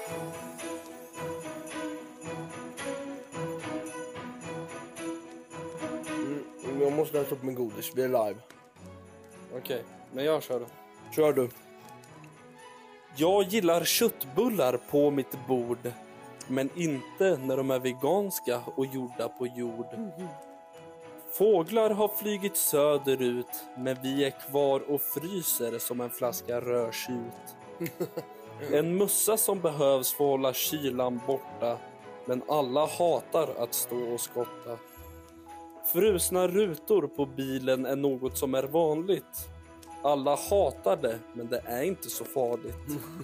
Jag måste äta upp min godis, vi är live. Okej, men jag kör då. Kör du. Jag gillar köttbullar på mitt bord, men inte när de är veganska och gjorda på jord. Fåglar har flygit söderut, men vi är kvar och fryser som en flaska rödtjut. En mussa som behövs för att hålla kylan borta, men alla hatar att stå och skotta. Frusna rutor på bilen är något som är vanligt. Alla hatar det, men det är inte så farligt.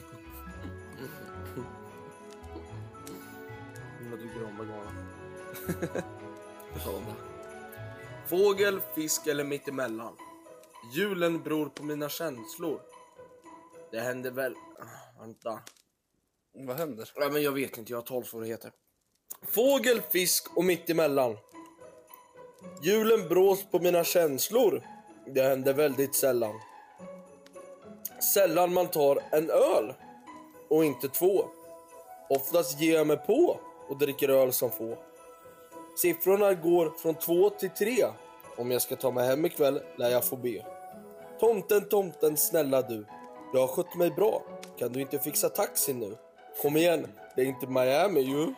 Jag tycker om veganer. Fågel, fisk eller mittemellan. Julen beror på mina känslor. Det händer väl... Vänta. Vad händer? Nej, men jag vet inte, jag har 12 svårigheter. Fågel, fisk och mittemellan. Julen brås på mina känslor. Det händer väldigt sällan. Sällan man tar en öl och inte 2. Oftast ger jag mig på och dricker öl som få. Siffrorna går från 2 till 3. Om jag ska ta mig hem ikväll lär jag få be. Tomten, tomten, snälla du. Jag har skött mig bra. Kan du inte fixa taxi nu? Kom igen, det är inte Miami ju.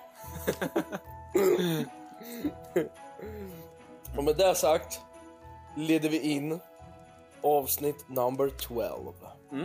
Och med det sagt leder vi in avsnitt number 12.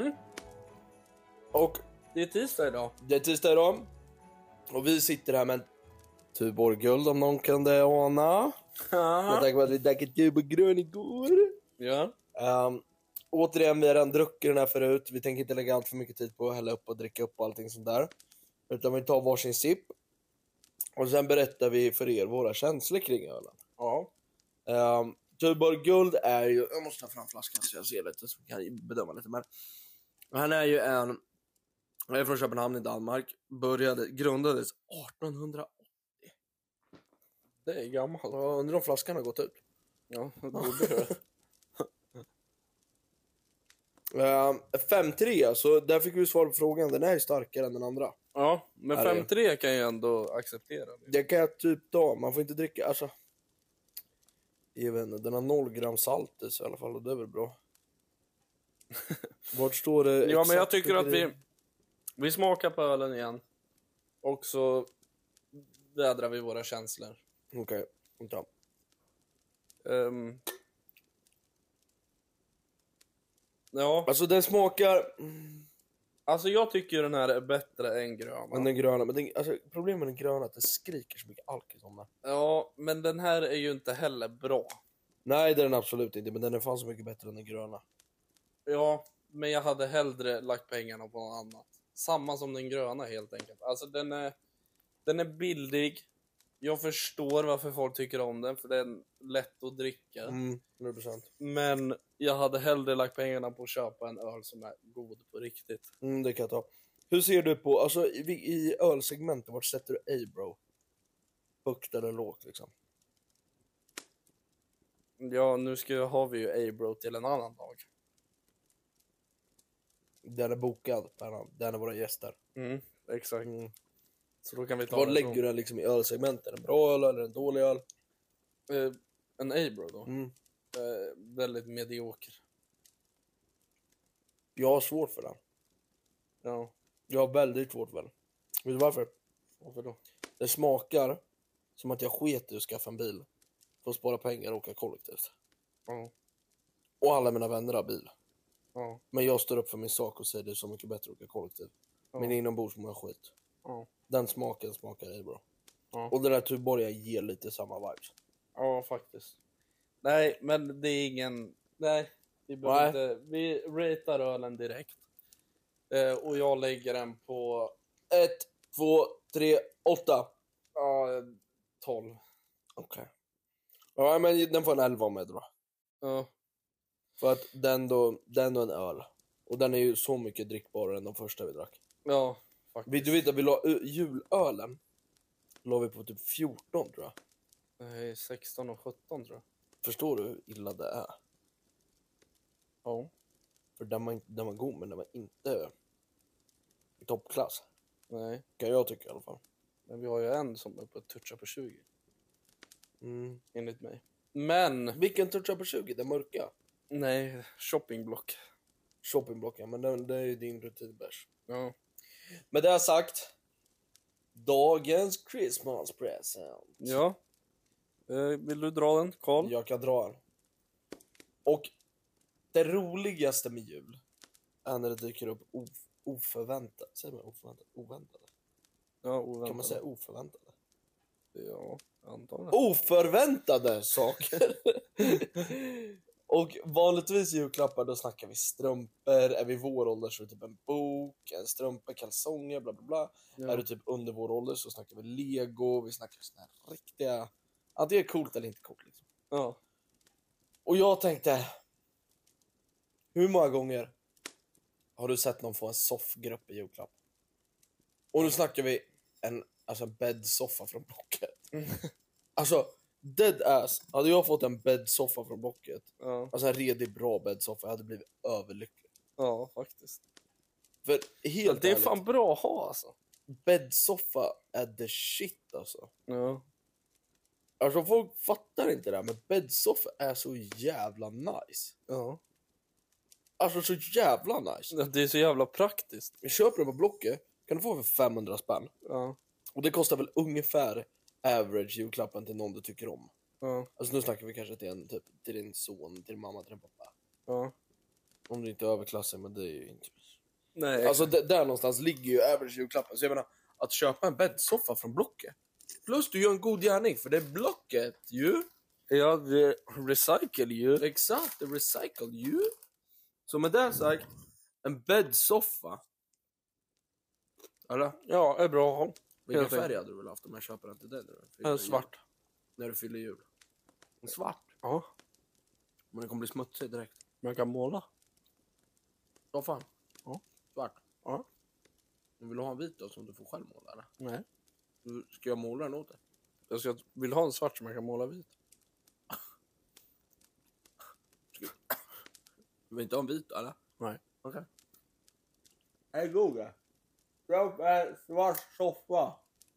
Och Det är tisdag idag. det är tisdag idag. Och vi sitter här med en Tuborg Guld, om någon kan det ana. Jag tänker på att vi drack ett Tuborg Grön igår. Ja. Återigen, vi har redan druckit den här förut. Vi tänker inte lägga allt för mycket tid på att hälla upp och dricka upp och allting sånt där. Utan vi tar varsin sipp. Och sen berättar vi för er våra känslor kring ölen. Ja. Tuborg Guld är ju... Jag måste ta fram flaskan så jag ser lite, så kan jag bedöma lite. Men han är ju en... Han är från Köpenhamn i Danmark. Grundades 1880. Det är gammalt. Jag undrar om flaskan har gått ut. Ja, det borde det. 5-3, så där fick vi svar på frågan. Den är ju starkare än den andra. Ja, men 5-3 kan jag ändå acceptera. Det kan jag typ ta. Man får inte dricka, alltså... Jag vet inte, den har 0 gram salt i sig i alla fall, och det är väl bra. Vart står det? Ja, men jag tycker att vi smakar på ölen igen. Och så vädrar vi våra känslor. Okej, vänta. Ja, Alltså den smakar... alltså jag tycker den här är bättre än gröna. Men den gröna, men den, alltså, problemet med den gröna är att den skriker så mycket alkohol som den. Ja, men den här är ju inte heller bra. Nej, det är den absolut inte, men den är fan så mycket bättre än den gröna. Ja, men jag hade hellre lagt pengarna på något annat. Samma som den gröna helt enkelt. Alltså den är billig. Jag förstår varför folk tycker om den, för den är lätt att dricka. 100%. Men jag hade hellre lagt pengarna på att köpa en öl som är god på riktigt. Det kan jag ta. Hur ser du på, alltså i ölsegmentet, vart sätter du A-bro? Högt eller lågt liksom? Ja, nu har vi ju A-bro till en annan dag. Den är bokad, den är våra gäster. Exakt. Så då kan vi ta Vad lägger du den liksom i ölsegmentet? En bra öl eller en dålig öl? En A-bro då? Väldigt medioker. Jag har svårt för den. Ja. Jag har väldigt svårt för den. Vet du varför? Varför då? Det smakar som att jag sket i att skaffa en bil för att spara pengar och åka kollektivt. Ja. Och alla mina vänner har bil. Ja. Men jag står upp för min sak och säger det är så mycket bättre att åka kollektivt. Ja. Men inombords mår jag skit. Ja. Den smakar är bra. Ja. Och den där Tuborg ger lite samma vibes. Ja, faktiskt. Nej, men det är ingen... Nej, vi behöver inte... Vi ratear ölen direkt. Och jag lägger den på... 1, 2, 3, 8. Ja, 12. Okej. Ja, men den får en 11 med då. Ja. För att den då är en öl. Och den är ju så mycket drickbarare än de första vi drack. Ja, faktiskt. Du vet att vi la julölen la vi på typ 14 tror jag. Nej, 16 och 17 tror jag. Förstår du hur illa det är? Ja. För den var god, men den var inte i toppklass. Nej, Kan jag tycka i alla fall. men vi har ju en som är på att toucha på 20. Mm. Enligt mig. Men, Vilken touchar på 20? Den mörka? nej, shoppingblock. Shoppingblocken, men det är ju din rutinbärs. Ja. Med det sagt, dagens Christmas present. Ja. Vill du dra den, Carl? Jag kan dra en. Och det roligaste med jul är när det dyker upp oförväntat. Säger man oförväntat? Oväntade? Ja, oväntade. Kan man säga oförväntade? Ja, antagligen. Oförväntade saker! Och vanligtvis julklappar, då snackar vi strumpor. Är vi vår ålder så är det typ en bok, en strumpa, kalsonger, bla bla bla. Ja. Är du typ under vår ålder så snackar vi Lego. Vi snackar såna här riktiga... Antingen coolt eller inte coolt liksom. Ja. Och jag tänkte... Hur många gånger har du sett någon få en soffgrupp i julklapp? Och nu snackar vi en bäddsoffa från Blocket. Alltså, dead ass. Hade jag fått en bäddsoffa från Blocket, Ja. alltså en redig bra bäddsoffa, jag hade blivit överlycklig. Ja, faktiskt. För helt Det är ärligt, fan bra att ha alltså. bäddsoffa är the shit alltså. Ja. Alltså folk fattar inte det här, men bäddsoffa är så jävla nice. Ja. Alltså så jävla nice. Det är så jävla praktiskt. Jag köper den på Blocket, kan du få för 500 spänn. Ja. Och det kostar väl ungefär average julklappen till någon du tycker om. Ja. Alltså nu snackar vi kanske till en typ till din son, till din mamma, till din pappa. Ja. Om du inte är överklassen, men det är ju inte... Nej. Alltså där någonstans ligger ju average julklappen. Så jag menar, att köpa en bäddsoffa från Blocket. Plus du gör en god gärning, för det är Blocket ju. Ja, recycle ju. Exakt, recycle ju. Så med det sagt, en bäddsoffa. Eller? Ja, är bra att ha. Vilken Helt färg enkelt. hade du väl haft om jag köper den till dig? När du fyller jul? Svart. När du fyller jul. En svart? Ja. Men den kommer bli smutsig direkt. Man kan måla. Ja fan. Ja. Svart. Ja. Men vill du ha en vit då som du får själv måla eller? Nej. Ska jag måla den åt dig? Jag vill ha en svart som man kan måla vit. Du vill inte ha en vit eller? Nej. Okej. Hej Google. Köp en svart soffa.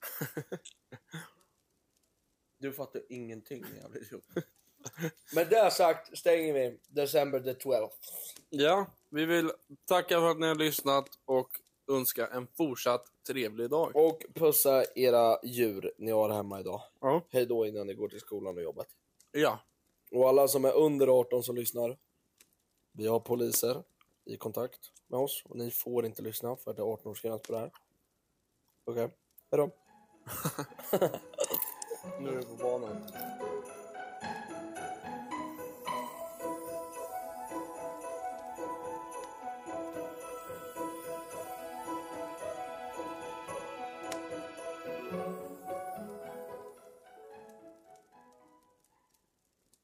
Du fattar ingenting jävligt idiot. Men det sagt stänger vi December the 12th. Ja, vi vill tacka för att ni har lyssnat och önska en fortsatt trevlig dag. Och pussa era djur ni har hemma idag. Ja. Hej då innan ni går till skolan och jobbet. Ja. Och alla som är under 18 som lyssnar. Vi har poliser i kontakt med oss. Och ni får inte lyssna för det är 18-årsgräns på det här. Okej, hejdå. Nu är det på banan.